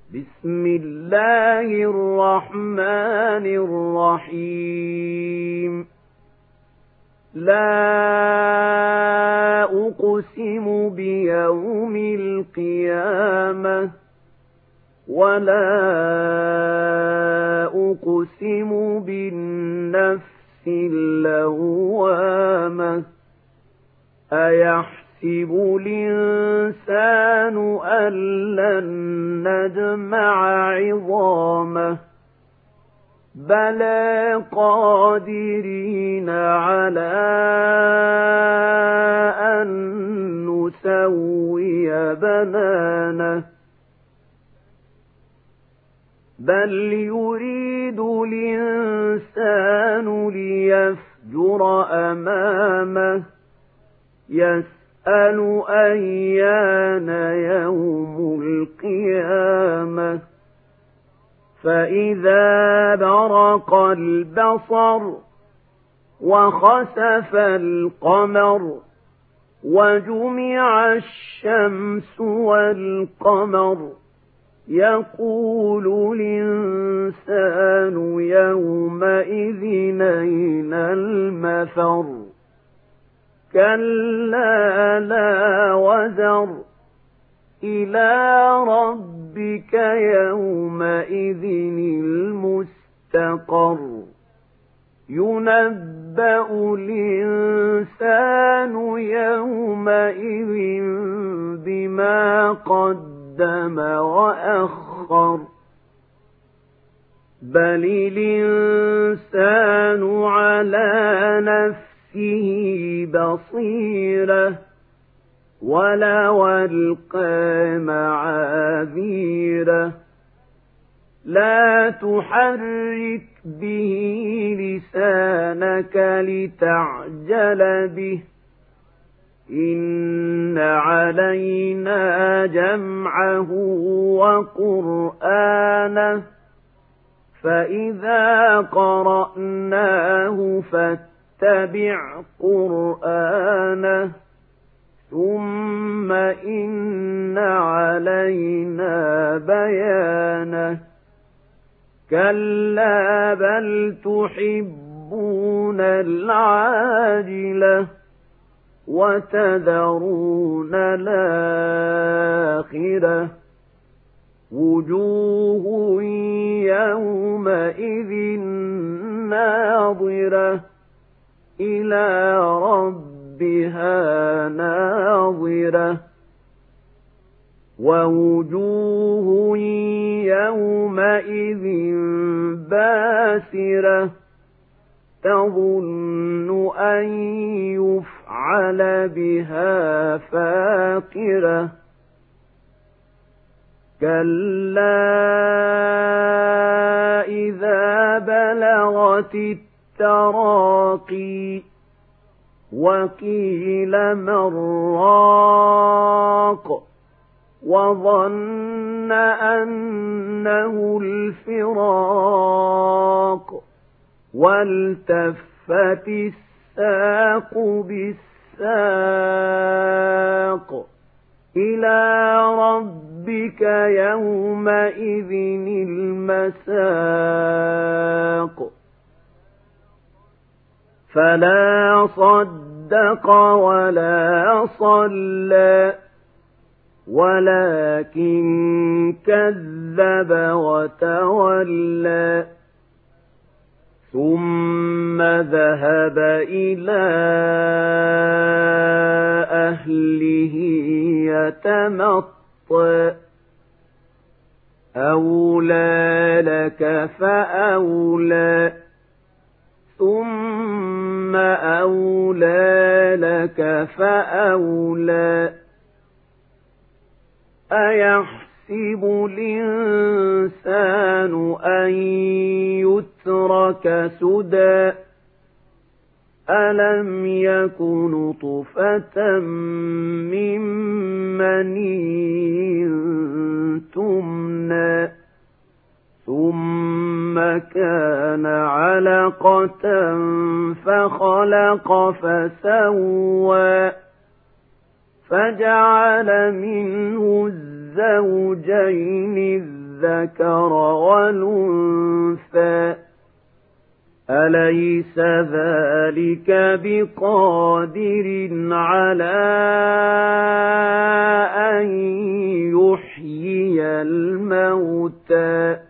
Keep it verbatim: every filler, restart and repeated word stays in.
بسم الله الرحمن الرحيم لا أقسم بيوم القيامة ولا أقسم بالنفس اللوامة أيحسب الإنسان أن لن نجمع عظامه بلى قادرين على أن نسوي بنانه بل يريد الإنسان ليفجر أمامه يسأل أيان يوم القيامة فإذا برق البصر وخسف القمر وجمع الشمس والقمر يقول الإنسان يومئذ أين المفر كلا لا وزر إلى ربك يومئذ المستقر ينبأ الإنسان يومئذ بما قدم وأخر بل الإنسان على نفسه بصيرة ولو ألقى معاذيره لا تحرك به لسانك لتعجل به إن علينا جمعه وقرآنه فإذا قرأناه فاتبع قرآنه ثم إن علينا بيانه كلا بل تحبون العاجلة وتذرون الآخرة وجوه يومئذ ناظرة إلى ربها ناظرة ووجوه يومئذ باسرة تظن أن يفعل بها فاقرة كلا إذا بلغت التراقي وقيل من راق وظن أنه الفراق والتفت الساق بالساق إلى ربك يومئذ المساق فلا صدق ولا صلى ولكن كذب وتولى ثم ذهب إلى أهله يتمطى أولى لك فأولى ثم أولى لك فأولى أيحسب الإنسان أن يترك سدى ألم يك نطفة من مني تمنى ثم كان علقة فخلق فسوى فجعل منه الزوجين الزوجين الذكر والأنثى أليس ذلك بقادر على أن يحيي الموتى